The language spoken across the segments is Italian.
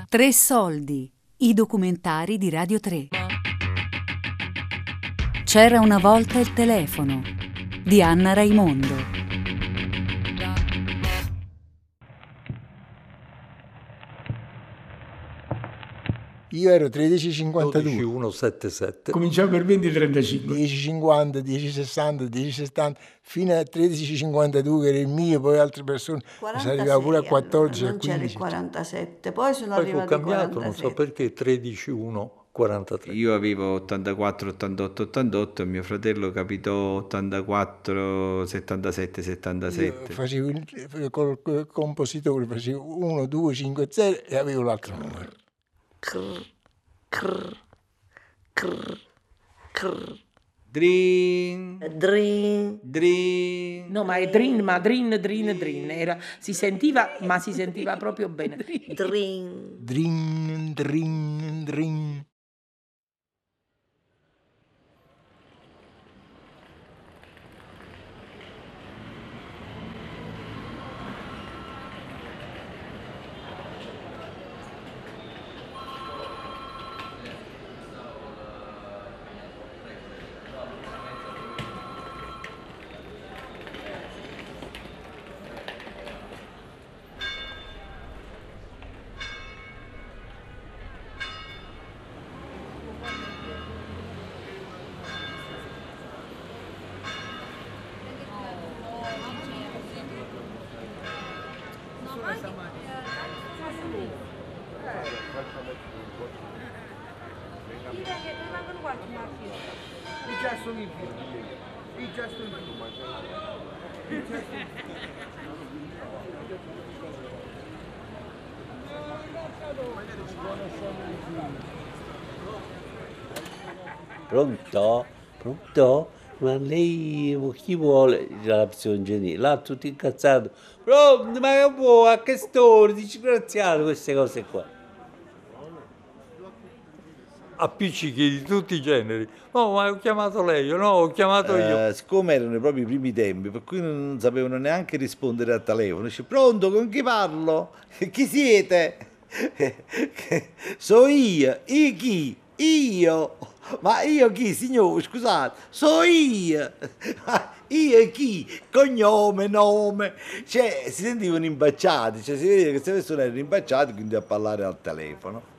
Tre soldi, i documentari di Radio 3. C'era una volta il telefono di Anna Raimondo. Io ero 13,52. 12,177. Cominciavo per 20,35. 10,50, 10,60, 10,70, fino a 13,52 che era il mio, poi altre persone. Si arrivava pure a 14, allora, a non c'era 15. il 47, poi sono Poi fu arrivati i cambiato, 47. non so perché, 13,143. Io avevo 84, 88, 88 e mio fratello capitò 84, 77, 77. Io facevo col compositore, facevo 1, 2, 5, 0 e avevo l'altro numero. Drin, Drin. drin. No, ma è drin, ma drin, drin, drin. Si sentiva, ma si sentiva proprio bene. Drin. Drin, drin, drin. Pronto? Pronto? Ma lei chi vuole? La pizzoncini, là tutto incazzato. Pronto, ma che vuoi? A che storia? Disgraziato queste cose qua. Appiccichi di tutti i generi. No, ma ho chiamato lei, no, ho chiamato io. Siccome erano proprio i primi tempi, per cui non sapevano neanche rispondere al telefono, dice, pronto, con chi parlo? Chi siete? So io chi? Io? Ma io chi, signore? Scusate, so io. Ma io chi? Cognome, nome. Cioè, si sentivano imbacciati, cioè si vedeva che queste persone erano imbacciate, quindi a parlare al telefono.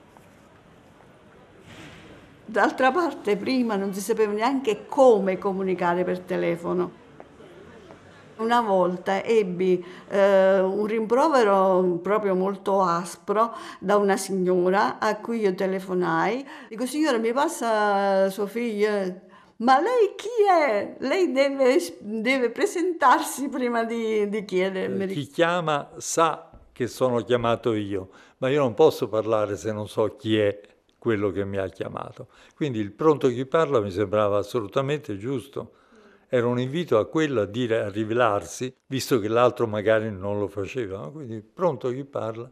D'altra parte prima non si sapeva neanche come comunicare per telefono. Una volta ebbi un rimprovero proprio molto aspro da una signora a cui io telefonai. Dico, signora, mi passa suo figlio? Ma lei chi è? Lei deve presentarsi prima di chiedermi. Chi chiama sa che sono chiamato io, ma io non posso parlare se non so chi è quello che mi ha chiamato. Quindi il pronto chi parla mi sembrava assolutamente giusto. Era un invito a quello a dire, a rivelarsi, visto che l'altro magari non lo faceva. No? Quindi pronto chi parla.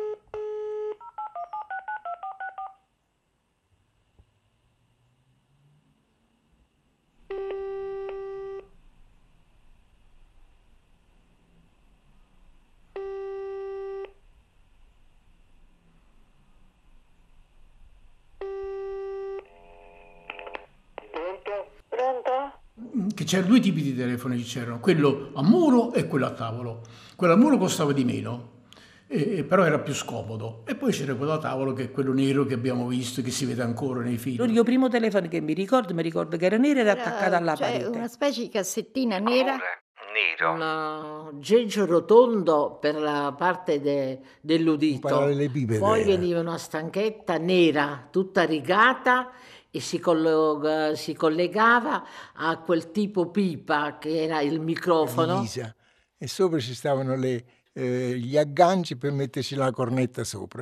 Che c'erano due tipi di telefoni, c'erano quello a muro e quello a tavolo. Quello a muro costava di meno, però era più scomodo. E poi c'era quello a tavolo che è quello nero che abbiamo visto, che si vede ancora nei film. Il mio primo telefono che mi ricordo che era nero ed attaccato alla Cioè, parete. una specie di cassettina nera. Nero. Un aggeggio rotondo per la parte dell'udito. Parallelepipede Poi era. veniva una stanchetta nera, tutta rigata, e si collegava a quel tipo pipa che era il microfono. Divisa. E sopra ci stavano gli agganci per metterci la cornetta sopra.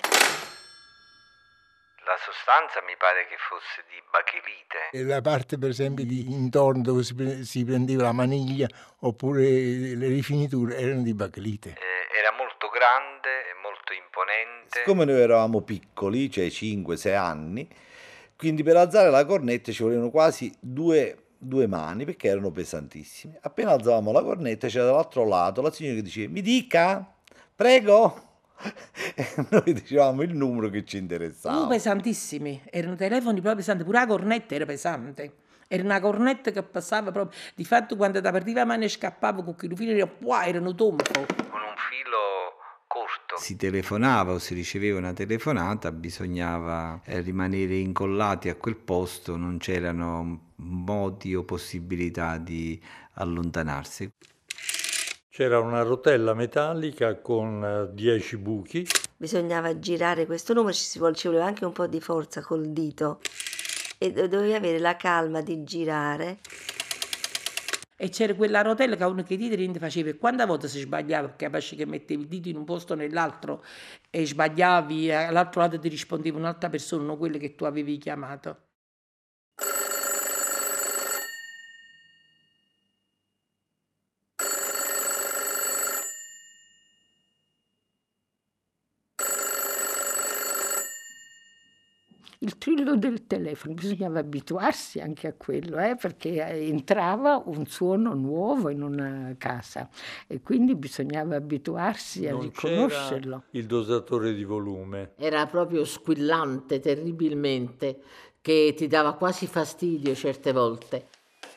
La sostanza mi pare che fosse di bachelite. E la parte per esempio di intorno dove si prendeva la maniglia oppure le rifiniture erano di bachelite. Era molto grande e molto imponente. Siccome noi eravamo piccoli, cioè 5-6 anni, quindi per alzare la cornetta ci volevano quasi due mani perché erano pesantissime. Appena alzavamo la cornetta c'era dall'altro lato la signora che diceva, mi dica, prego. E noi dicevamo il numero che ci interessava. Pesantissimi, erano telefoni proprio pesanti, pure la cornetta era pesante. Era una cornetta che passava proprio. Di fatto quando da partiva mano e scappava con quei fili erano tonfo. Con un filo corto. Si telefonava o si riceveva una telefonata, bisognava rimanere incollati a quel posto, non c'erano modi o possibilità di allontanarsi. C'era una rotella metallica con 10 buchi. Bisognava girare questo numero, ci voleva anche un po' di forza col dito e dovevi avere la calma di girare. E c'era quella rotella che uno che i diti faceva, e quante volte si sbagliava, perché capace che mettevi il dito in un posto o nell'altro e sbagliavi, all'altro lato ti rispondeva un'altra persona, non quella che tu avevi chiamato. Il trillo del telefono, bisognava abituarsi anche a quello, perché entrava un suono nuovo in una casa e quindi bisognava abituarsi a riconoscerlo. C'era il dosatore di volume. Era proprio squillante, terribilmente, che ti dava quasi fastidio certe volte.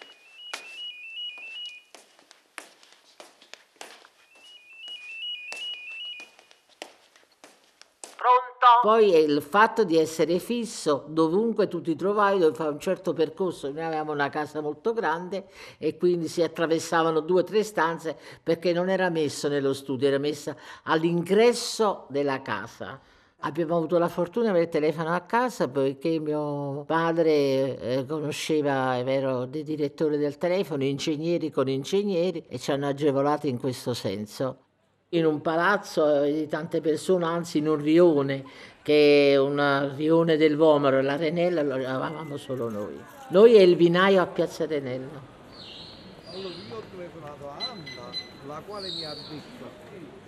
Poi il fatto di essere fisso, dovunque tu ti trovavi, dovevi fare un certo percorso. Noi avevamo una casa molto grande e quindi si attraversavano 2 o 3 stanze perché non era messo nello studio, era messa all'ingresso della casa. Abbiamo avuto la fortuna di avere il telefono a casa poiché mio padre conosceva, era dei direttori del telefono, ingegneri con ingegneri, e ci hanno agevolati in questo senso. In un palazzo di tante persone, anzi in un rione, che è un rione del Vomero, la Renella, lo avevamo solo noi. Noi e il vinaio a Piazza Renella. Allora io ho telefonato a Anna, la quale mi ha detto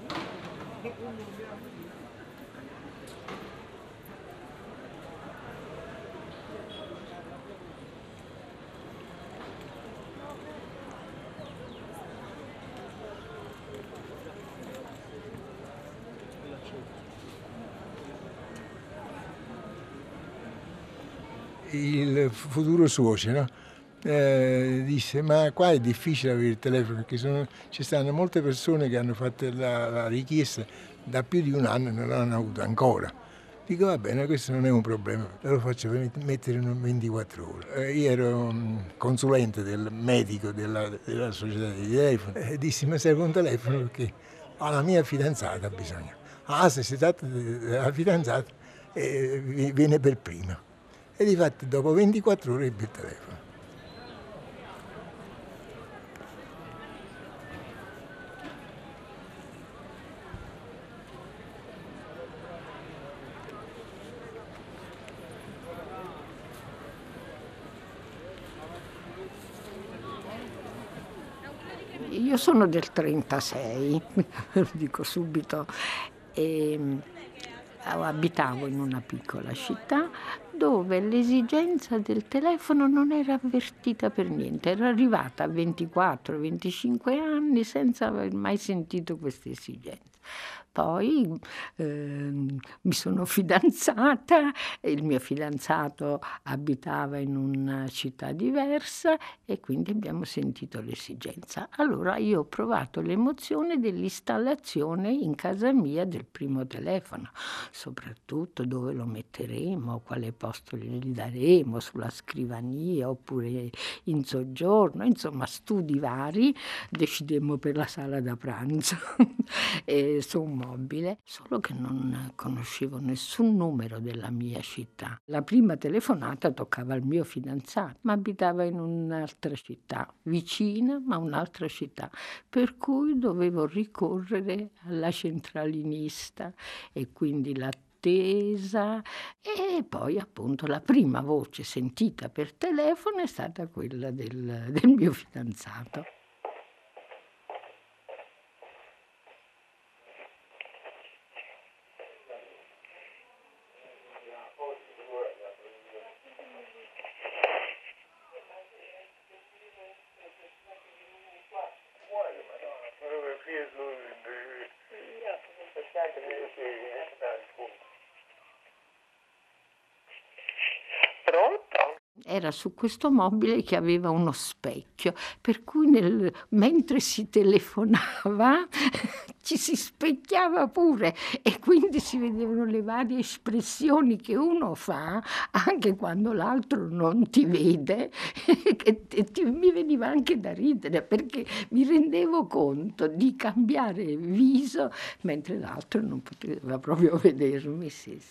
il futuro suocero disse: ma qua è difficile avere il telefono perché ci stanno molte persone che hanno fatto la richiesta da più di un anno e non l'hanno avuto ancora. Dico: va bene, questo non è un problema, lo faccio mettere in 24 ore. Io ero consulente del medico della società di telefono e dissi: ma serve un telefono perché la mia fidanzata ha bisogno. Se si tratta della fidanzata viene per prima. E difatti dopo 24 ore ebbe il telefono. Io sono del 36, lo dico subito, e abitavo in una piccola città dove l'esigenza del telefono non era avvertita per niente. Ero arrivata a 24-25 anni senza aver mai sentito questa esigenza. Poi mi sono fidanzata, il mio fidanzato abitava in una città diversa e quindi abbiamo sentito l'esigenza. Allora io ho provato l'emozione dell'installazione in casa mia del primo telefono, soprattutto dove lo metteremo, quale posto gli daremo, sulla scrivania oppure in soggiorno, insomma studi vari, decidemmo per la sala da pranzo su un mobile, solo che non conoscevo nessun numero della mia città. La prima telefonata toccava al mio fidanzato, ma abitava in un'altra città, vicina ma un'altra città, per cui dovevo ricorrere alla centralinista e quindi l'attesa, e poi appunto la prima voce sentita per telefono è stata quella del mio fidanzato. era su questo mobile che aveva uno specchio, per cui mentre si telefonava ci si specchiava pure e quindi si vedevano le varie espressioni che uno fa anche quando l'altro non ti vede mi veniva anche da ridere perché mi rendevo conto di cambiare viso mentre l'altro non poteva proprio vedermi, sì.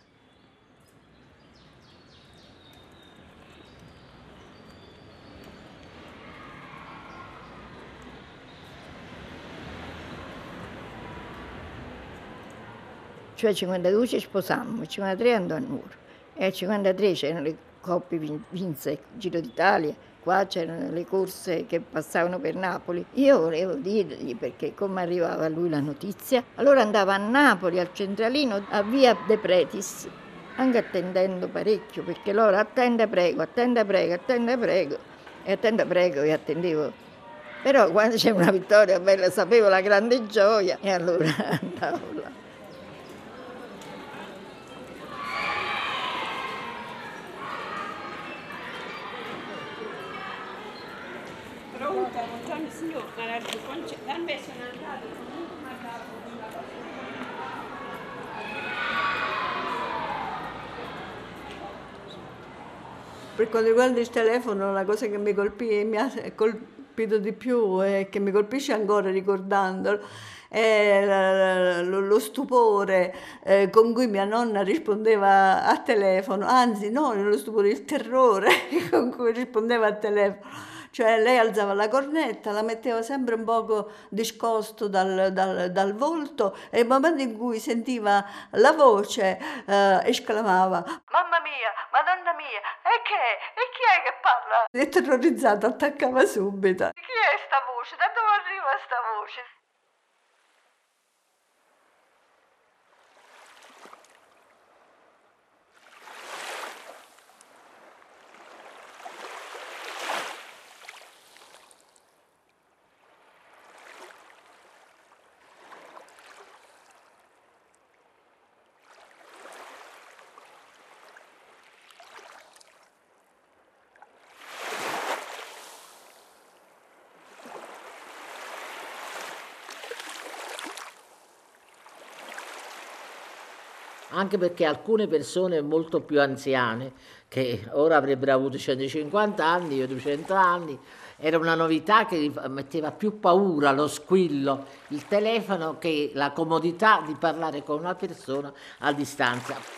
Cioè al 52 ci sposammo, il 53 andò a Nuoro e al 53 c'erano le coppe vinse il Giro d'Italia, qua c'erano le corse che passavano per Napoli. Io volevo dirgli perché come arrivava a lui la notizia, allora andava a Napoli al centralino a via De Pretis, anche attendendo parecchio perché loro attenda prego e attendevo. Però quando c'è una vittoria bella sapevo la grande gioia e allora andavo là. Buongiorno signor, da me sono andato Per quanto riguarda il telefono, la cosa che mi ha colpito di più e che mi colpisce ancora ricordandolo è lo stupore con cui mia nonna rispondeva a telefono, anzi no, lo stupore, il terrore con cui rispondeva a telefono. Cioè lei alzava la cornetta, la metteva sempre un poco discosto dal volto e nel momento in cui sentiva la voce esclamava «Mamma mia, Madonna mia, e chi è che parla?» E terrorizzata attaccava subito. «Chi è sta voce? Da dove arriva sta voce?» Anche perché alcune persone molto più anziane, che ora avrebbero avuto 150 anni, io 200 anni, era una novità che metteva più paura lo squillo, il telefono, che la comodità di parlare con una persona a distanza.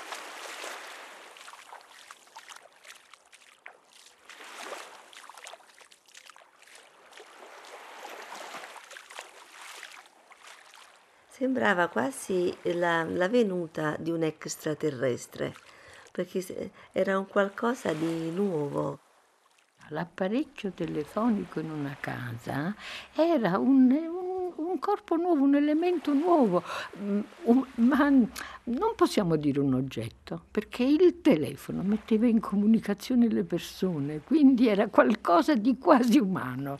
Sembrava quasi la venuta di un extraterrestre, perché era un qualcosa di nuovo. L'apparecchio telefonico in una casa era un corpo nuovo, un elemento nuovo, ma non possiamo dire un oggetto, perché il telefono metteva in comunicazione le persone, quindi era qualcosa di quasi umano.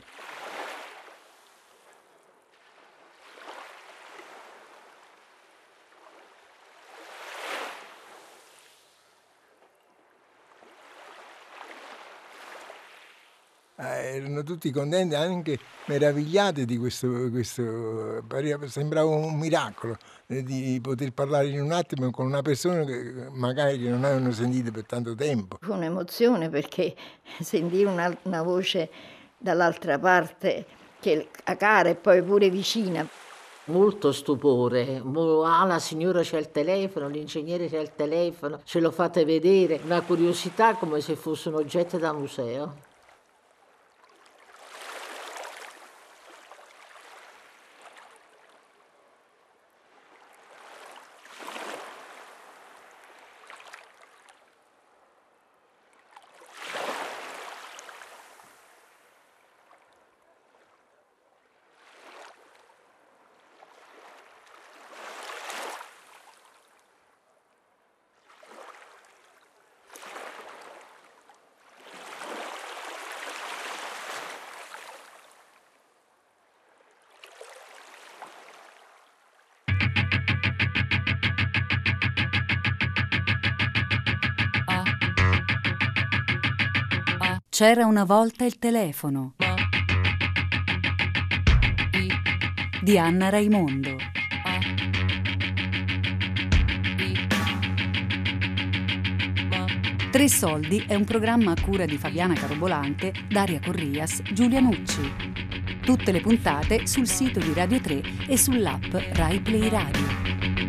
Erano tutti contenti, anche meravigliati di questo sembrava un miracolo di poter parlare in un attimo con una persona che magari non avevano sentito per tanto tempo. Fu un'emozione perché sentii una voce dall'altra parte che cara e poi pure vicina. Molto stupore, la signora c'è il telefono, l'ingegnere c'è il telefono, ce lo fate vedere, una curiosità come se fosse un oggetto da museo. C'era una volta il telefono di Anna Raimondo. Tre soldi è un programma a cura di Fabiana Carobolante, Daria Corrias, Giulia Nucci. Tutte le puntate sul sito di Radio 3 e sull'app Rai Play Radio.